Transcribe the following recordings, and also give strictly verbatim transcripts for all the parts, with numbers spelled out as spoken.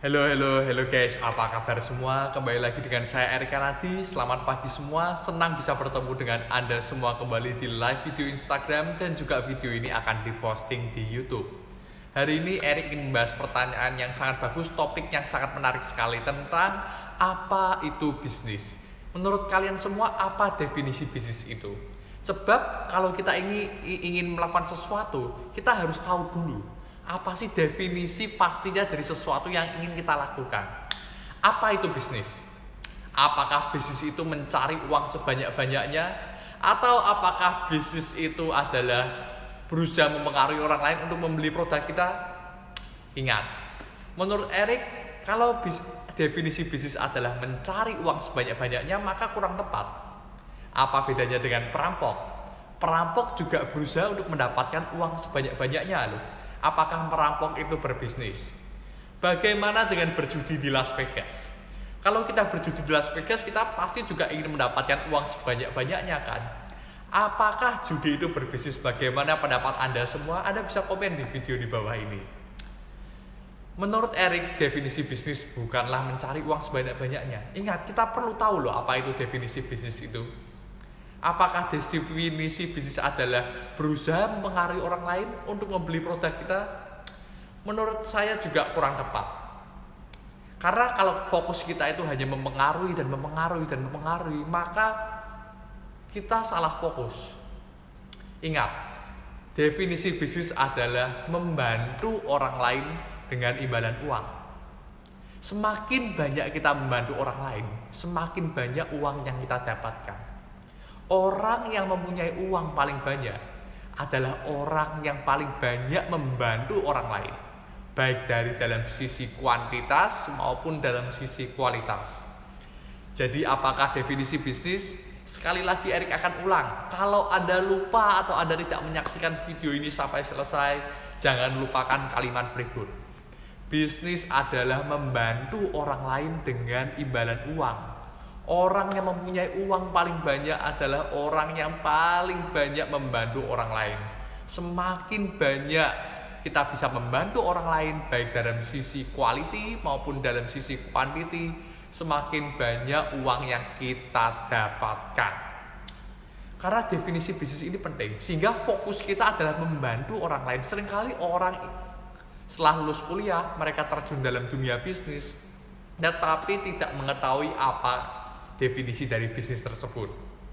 Halo, halo, halo guys, apa kabar semua? Kembali lagi dengan saya Erik Kanadi. Selamat pagi semua, senang bisa bertemu dengan Anda semua kembali di live video Instagram dan juga video ini akan diposting di YouTube. Hari ini Erik ingin membahas pertanyaan yang sangat bagus, topik yang sangat menarik sekali tentang apa itu bisnis. Menurut kalian semua, apa definisi bisnis itu? Sebab kalau kita ingin, ingin melakukan sesuatu, kita harus tahu dulu apa sih definisi pastinya dari sesuatu yang ingin kita lakukan. Apa itu bisnis? Apakah bisnis itu mencari uang sebanyak-banyaknya? Atau apakah bisnis itu adalah berusaha mempengaruhi orang lain untuk membeli produk kita? Ingat, menurut Erik, kalau bis, definisi bisnis adalah mencari uang sebanyak-banyaknya, maka kurang tepat. Apa bedanya dengan perampok? Perampok juga berusaha untuk mendapatkan uang sebanyak-banyaknya loh. Apakah perampok itu berbisnis? Bagaimana dengan berjudi di Las Vegas? Kalau kita berjudi di Las Vegas, kita pasti juga ingin mendapatkan uang sebanyak-banyaknya kan? Apakah judi itu berbisnis? Bagaimana pendapat Anda semua? Anda bisa komen di video di bawah ini. Menurut Erik, definisi bisnis bukanlah mencari uang sebanyak-banyaknya. Ingat, kita perlu tahu loh apa itu definisi bisnis itu. Apakah definisi bisnis adalah berusaha mempengaruhi orang lain untuk membeli produk kita? Menurut saya juga kurang tepat. Karena kalau fokus kita itu hanya mempengaruhi dan mempengaruhi dan mempengaruhi, maka kita salah fokus. Ingat, definisi bisnis adalah membantu orang lain dengan imbalan uang. Semakin banyak kita membantu orang lain, semakin banyak uang yang kita dapatkan. Orang yang mempunyai uang paling banyak adalah orang yang paling banyak membantu orang lain, baik dari dalam sisi kuantitas maupun dalam sisi kualitas. Jadi apakah definisi bisnis? Sekali lagi Erik akan ulang. Kalau Anda lupa atau Anda tidak menyaksikan video ini sampai selesai, jangan lupakan kalimat berikut. Bisnis adalah membantu orang lain dengan imbalan uang. Orang yang mempunyai uang paling banyak adalah orang yang paling banyak membantu orang lain. Semakin banyak kita bisa membantu orang lain, baik dalam sisi quality maupun dalam sisi quantity, semakin banyak uang yang kita dapatkan. Karena definisi bisnis ini penting, sehingga fokus kita adalah membantu orang lain. Seringkali orang setelah lulus kuliah, mereka terjun dalam dunia bisnis, tetapi tidak mengetahui apa definisi dari bisnis tersebut.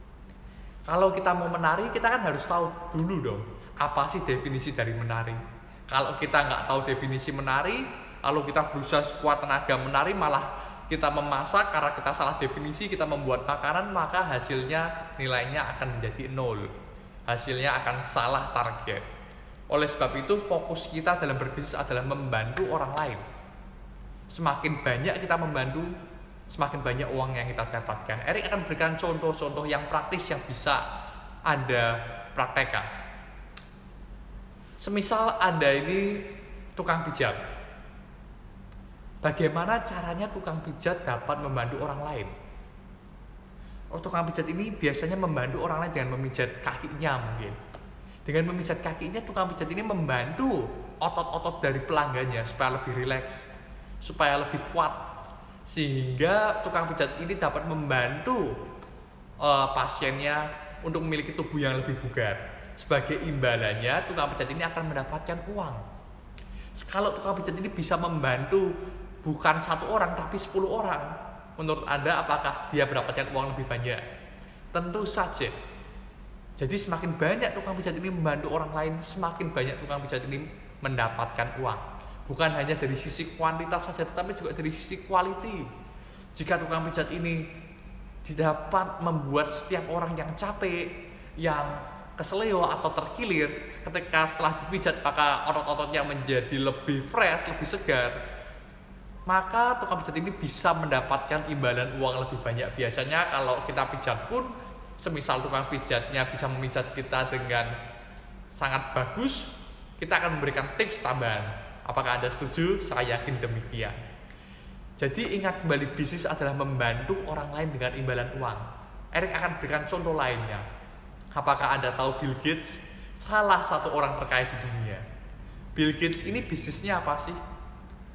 Kalau kita mau menari, kita kan harus tahu dulu dong, apa sih definisi dari menari. Kalau kita nggak tahu definisi menari, kalau kita berusaha sekuat tenaga menari, malah kita memasak karena kita salah definisi, kita membuat makanan, maka hasilnya nilainya akan menjadi nol. Hasilnya akan salah target. Oleh sebab itu, fokus kita dalam berbisnis adalah membantu orang lain. Semakin banyak kita membantu, semakin banyak uang yang kita dapatkan. Erik akan berikan contoh-contoh yang praktis yang bisa Anda praktekkan. Semisal Anda ini tukang pijat. Bagaimana caranya tukang pijat dapat membantu orang lain? Oh, tukang pijat ini biasanya membantu orang lain dengan memijat kakinya mungkin. Dengan memijat kakinya, tukang pijat ini membantu otot-otot dari pelanggannya supaya lebih rileks, supaya lebih kuat, sehingga tukang pijat ini dapat membantu uh, pasiennya untuk memiliki tubuh yang lebih bugar. Sebagai imbalannya, tukang pijat ini akan mendapatkan uang. Kalau tukang pijat ini bisa membantu bukan satu orang tapi sepuluh orang, menurut Anda apakah dia mendapatkan uang lebih banyak? Tentu saja. Jadi semakin banyak tukang pijat ini membantu orang lain, semakin banyak tukang pijat ini mendapatkan uang. Bukan hanya dari sisi kuantitas saja, tetapi juga dari sisi quality. Jika tukang pijat ini dapat membuat setiap orang yang capek, yang keseleo atau terkilir, ketika setelah dipijat maka otot-ototnya menjadi lebih fresh, lebih segar, maka tukang pijat ini bisa mendapatkan imbalan uang lebih banyak. Biasanya kalau kita pijat pun, semisal tukang pijatnya bisa memijat kita dengan sangat bagus, kita akan memberikan tips tambahan. Apakah Anda setuju? Saya yakin demikian. Jadi ingat kembali, bisnis adalah membantu orang lain dengan imbalan uang. Erik akan berikan contoh lainnya. Apakah Anda tahu Bill Gates? Salah satu orang terkaya di dunia. Bill Gates ini bisnisnya apa sih?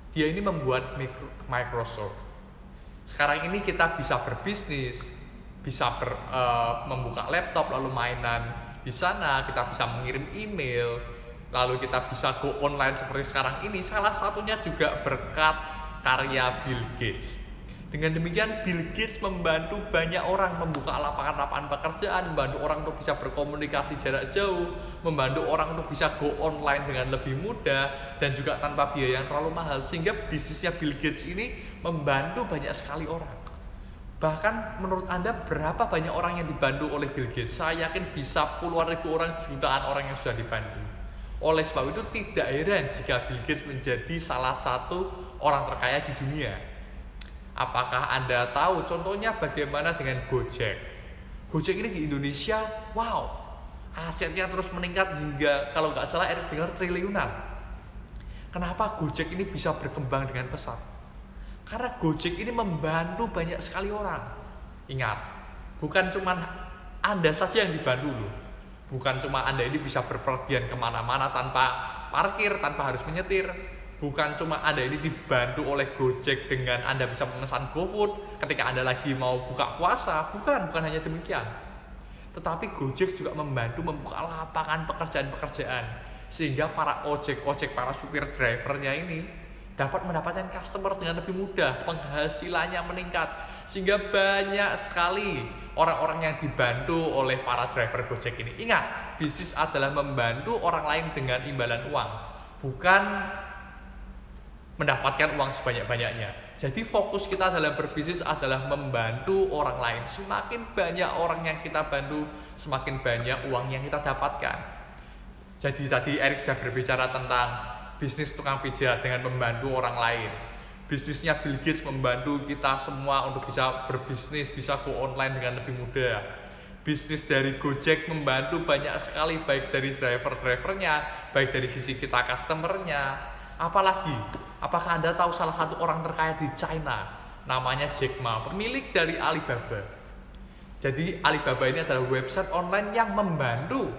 Dia ini membuat Microsoft. Sekarang ini kita bisa berbisnis, bisa ber, uh, membuka laptop lalu mainan di sana, kita bisa mengirim email, lalu kita bisa go online seperti sekarang ini. Salah satunya juga berkat karya Bill Gates. Dengan demikian Bill Gates membantu banyak orang membuka lapangan-lapangan pekerjaan, membantu orang untuk bisa berkomunikasi jarak jauh, membantu orang untuk bisa go online dengan lebih mudah dan juga tanpa biaya yang terlalu mahal, sehingga bisnisnya Bill Gates ini membantu banyak sekali orang. Bahkan menurut Anda berapa banyak orang yang dibantu oleh Bill Gates? Saya yakin bisa puluhan ribu orang, jutaan orang yang sudah dibantu. Oleh sebab itu tidak heran jika Bill Gates menjadi salah satu orang terkaya di dunia. Apakah Anda tahu contohnya bagaimana dengan Gojek? Gojek ini di Indonesia, wow, asetnya terus meningkat hingga kalau nggak salah Erick dengar triliunan. Kenapa Gojek ini bisa berkembang dengan pesat? Karena Gojek ini membantu banyak sekali orang. Ingat, bukan cuma Anda saja yang dibantu loh. Bukan cuma Anda ini bisa berpergian kemana-mana tanpa parkir, tanpa harus menyetir. Bukan cuma Anda ini dibantu oleh Gojek dengan Anda bisa memesan GoFood ketika Anda lagi mau buka puasa. Bukan, bukan hanya demikian. Tetapi Gojek juga membantu membuka lapangan pekerjaan-pekerjaan. Sehingga para ojek-ojek, para supir drivernya ini dapat mendapatkan customer dengan lebih mudah. Penghasilannya meningkat. Sehingga banyak sekali orang-orang yang dibantu oleh para driver Gojek ini. Ingat, bisnis adalah membantu orang lain dengan imbalan uang. Bukan mendapatkan uang sebanyak-banyaknya. Jadi fokus kita dalam berbisnis adalah membantu orang lain. Semakin banyak orang yang kita bantu, semakin banyak uang yang kita dapatkan. Jadi tadi Erick sudah berbicara tentang bisnis tukang pijat dengan membantu orang lain. Bisnisnya Bill Gates membantu kita semua untuk bisa berbisnis, bisa go online dengan lebih mudah. Bisnis dari Gojek membantu banyak sekali, baik dari driver-drivernya, baik dari sisi kita customernya. Apalagi, apakah Anda tahu salah satu orang terkaya di China, namanya Jack Ma, pemilik dari Alibaba. Jadi Alibaba ini adalah website online yang membantu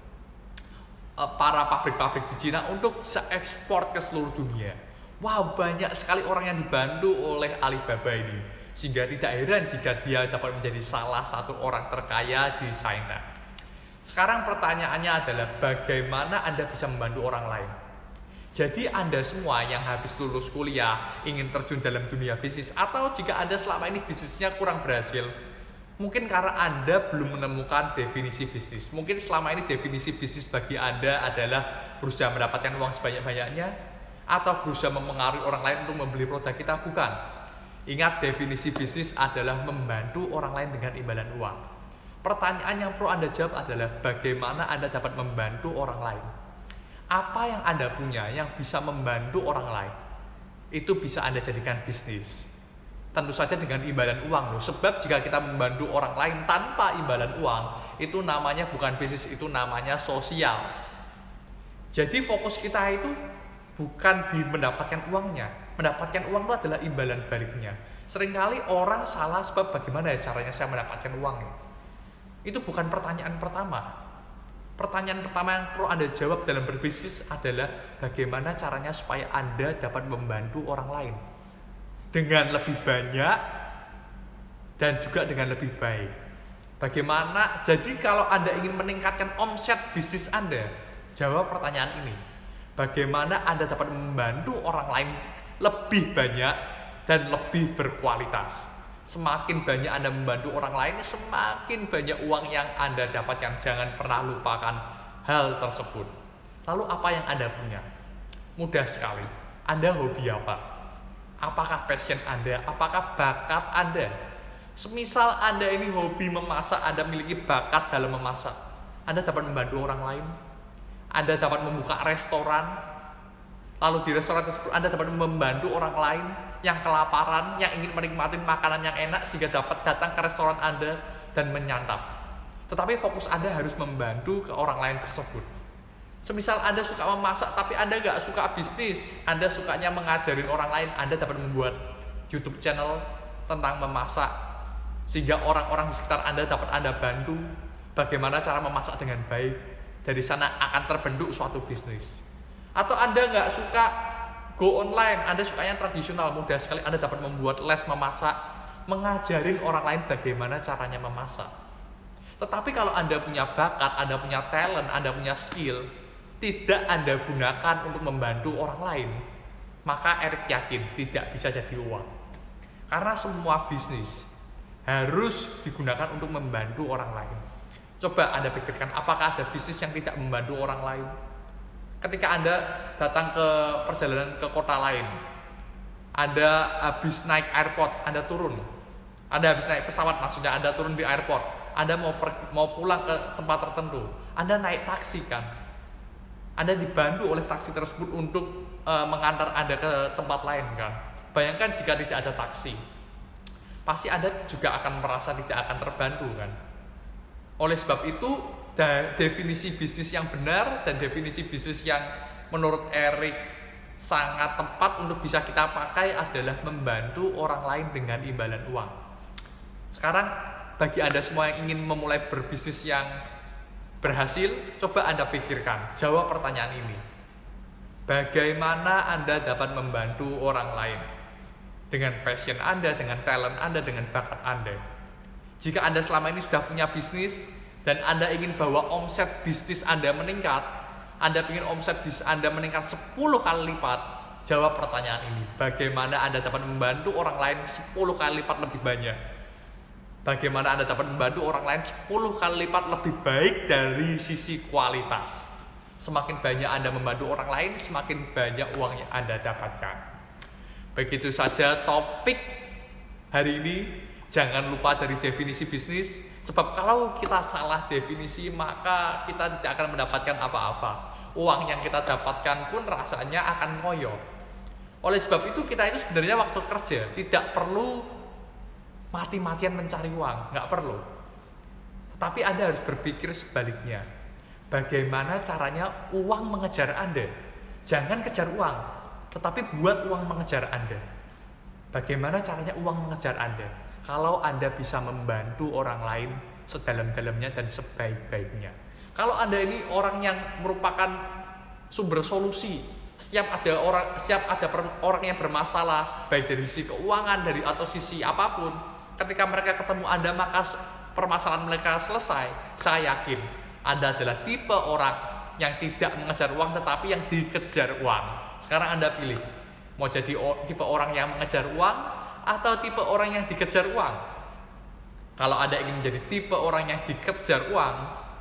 uh, para pabrik-pabrik di China untuk bisa ekspor ke seluruh dunia. Wow, banyak sekali orang yang dibantu oleh Alibaba ini. Sehingga tidak heran jika dia dapat menjadi salah satu orang terkaya di China. Sekarang pertanyaannya adalah bagaimana Anda bisa membantu orang lain? Jadi Anda semua yang habis lulus kuliah ingin terjun dalam dunia bisnis, atau jika Anda selama ini bisnisnya kurang berhasil, mungkin karena Anda belum menemukan definisi bisnis. Mungkin selama ini definisi bisnis bagi Anda adalah berusaha mendapatkan uang sebanyak-banyaknya, atau berusaha mempengaruhi orang lain untuk membeli produk kita. Bukan. Ingat, definisi bisnis adalah membantu orang lain dengan imbalan uang. Pertanyaan yang perlu Anda jawab adalah bagaimana Anda dapat membantu orang lain. Apa yang Anda punya yang bisa membantu orang lain, itu bisa Anda jadikan bisnis. Tentu saja dengan imbalan uang loh. Sebab jika kita membantu orang lain tanpa imbalan uang, itu namanya bukan bisnis, itu namanya sosial. Jadi fokus kita itu bukan di mendapatkan uangnya. Mendapatkan uang itu adalah imbalan baliknya. Seringkali orang salah sebab bagaimana ya caranya saya mendapatkan uang ya? Itu bukan pertanyaan pertama. Pertanyaan pertama yang perlu Anda jawab dalam berbisnis adalah bagaimana caranya supaya Anda dapat membantu orang lain dengan lebih banyak dan juga dengan lebih baik. Bagaimana? Jadi kalau Anda ingin meningkatkan omset bisnis Anda, jawab pertanyaan ini. Bagaimana Anda dapat membantu orang lain lebih banyak dan lebih berkualitas? Semakin banyak Anda membantu orang lain, semakin banyak uang yang Anda dapatkan. Jangan pernah lupakan hal tersebut. Lalu apa yang Anda punya? Mudah sekali. Anda hobi apa? Apakah passion Anda? Apakah bakat Anda? Semisal Anda ini hobi memasak, Anda memiliki bakat dalam memasak, Anda dapat membantu orang lain. Anda dapat membuka restoran. Lalu di restoran tersebut Anda dapat membantu orang lain yang kelaparan, yang ingin menikmati makanan yang enak sehingga dapat datang ke restoran Anda dan menyantap. Tetapi fokus Anda harus membantu ke orang lain tersebut. Semisal Anda suka memasak tapi Anda nggak suka bisnis, Anda sukanya mengajarin orang lain, Anda dapat membuat YouTube channel tentang memasak sehingga orang-orang di sekitar Anda dapat Anda bantu bagaimana cara memasak dengan baik. Dari sana akan terbentuk suatu bisnis. Atau Anda nggak suka go online, Anda sukanya tradisional, mudah sekali Anda dapat membuat les memasak, mengajarin orang lain bagaimana caranya memasak. Tetapi kalau Anda punya bakat, Anda punya talent, Anda punya skill, tidak Anda gunakan untuk membantu orang lain, maka Erik yakin tidak bisa jadi uang. Karena semua bisnis harus digunakan untuk membantu orang lain. Coba Anda pikirkan, apakah ada bisnis yang tidak membantu orang lain? Ketika Anda datang ke perjalanan ke kota lain, Anda habis naik airport, Anda turun. Anda habis naik pesawat, maksudnya Anda turun di airport. Anda mau pergi, mau pulang ke tempat tertentu, Anda naik taksi kan? Anda dibantu oleh taksi tersebut untuk e, mengantar Anda ke tempat lain kan? Bayangkan jika tidak ada taksi, pasti Anda juga akan merasa tidak akan terbantu kan? Oleh sebab itu, definisi bisnis yang benar dan definisi bisnis yang menurut Erik sangat tepat untuk bisa kita pakai adalah membantu orang lain dengan imbalan uang. Sekarang bagi Anda semua yang ingin memulai berbisnis yang berhasil, coba Anda pikirkan, jawab pertanyaan ini. Bagaimana Anda dapat membantu orang lain dengan passion Anda, dengan talent Anda, dengan bakat Anda? Jika Anda selama ini sudah punya bisnis dan Anda ingin bahwa omset bisnis Anda meningkat, Anda ingin omset bisnis Anda meningkat sepuluh kali lipat, jawab pertanyaan ini. Bagaimana Anda dapat membantu orang lain sepuluh kali lipat lebih banyak? Bagaimana Anda dapat membantu orang lain sepuluh kali lipat lebih baik dari sisi kualitas? Semakin banyak Anda membantu orang lain, semakin banyak uang yang Anda dapatkan. Begitu saja topik hari ini. Jangan lupa dari definisi bisnis, sebab kalau kita salah definisi maka kita tidak akan mendapatkan apa-apa. Uang yang kita dapatkan pun rasanya akan ngoyo. Oleh sebab itu kita itu sebenarnya waktu kerja tidak perlu mati-matian mencari uang, nggak perlu. Tetapi Anda harus berpikir sebaliknya. Bagaimana caranya uang mengejar Anda? Jangan kejar uang, tetapi buat uang mengejar Anda. Bagaimana caranya uang mengejar Anda? Kalau Anda bisa membantu orang lain sedalam-dalamnya dan sebaik-baiknya. Kalau Anda ini orang yang merupakan sumber solusi, setiap ada orang, setiap ada orang yang bermasalah, baik dari sisi keuangan, dari atau sisi apapun, ketika mereka ketemu Anda maka permasalahan mereka selesai. Saya yakin Anda adalah tipe orang yang tidak mengejar uang tetapi yang dikejar uang. Sekarang Anda pilih, mau jadi tipe orang yang mengejar uang atau tipe orang yang dikejar uang. Kalau Anda ingin menjadi tipe orang yang dikejar uang,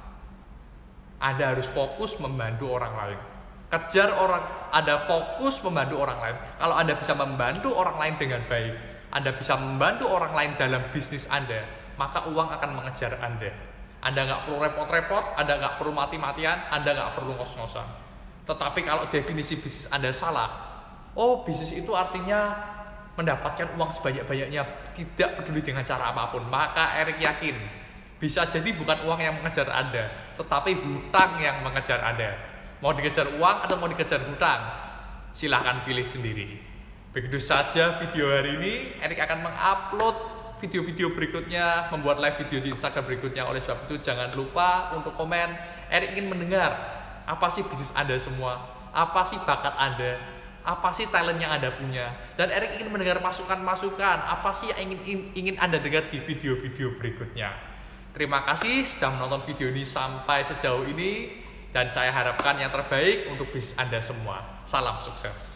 Anda harus fokus membantu orang lain. Kejar orang, Anda fokus membantu orang lain. Kalau Anda bisa membantu orang lain dengan baik, Anda bisa membantu orang lain dalam bisnis Anda, maka uang akan mengejar Anda. Anda nggak perlu repot-repot, Anda nggak perlu mati-matian, Anda nggak perlu ngos-ngosan. Tetapi kalau definisi bisnis Anda salah, oh bisnis itu artinya mendapatkan uang sebanyak-banyaknya, tidak peduli dengan cara apapun, maka Erik yakin bisa jadi bukan uang yang mengejar Anda, tetapi hutang yang mengejar Anda. Mau dikejar uang atau mau dikejar hutang? Silahkan pilih sendiri. Begitu saja video hari ini. Erik akan mengupload video-video berikutnya, membuat live video di Instagram berikutnya. Oleh sebab itu jangan lupa untuk komen. Erik ingin mendengar apa sih bisnis Anda semua, apa sih bakat Anda, apa sih talent yang Anda punya, dan Erik ingin mendengar masukan-masukan apa sih yang ingin ingin Anda dengar di video-video berikutnya. Terima kasih sudah menonton video ini sampai sejauh ini, dan saya harapkan yang terbaik untuk bisnis Anda semua. Salam sukses.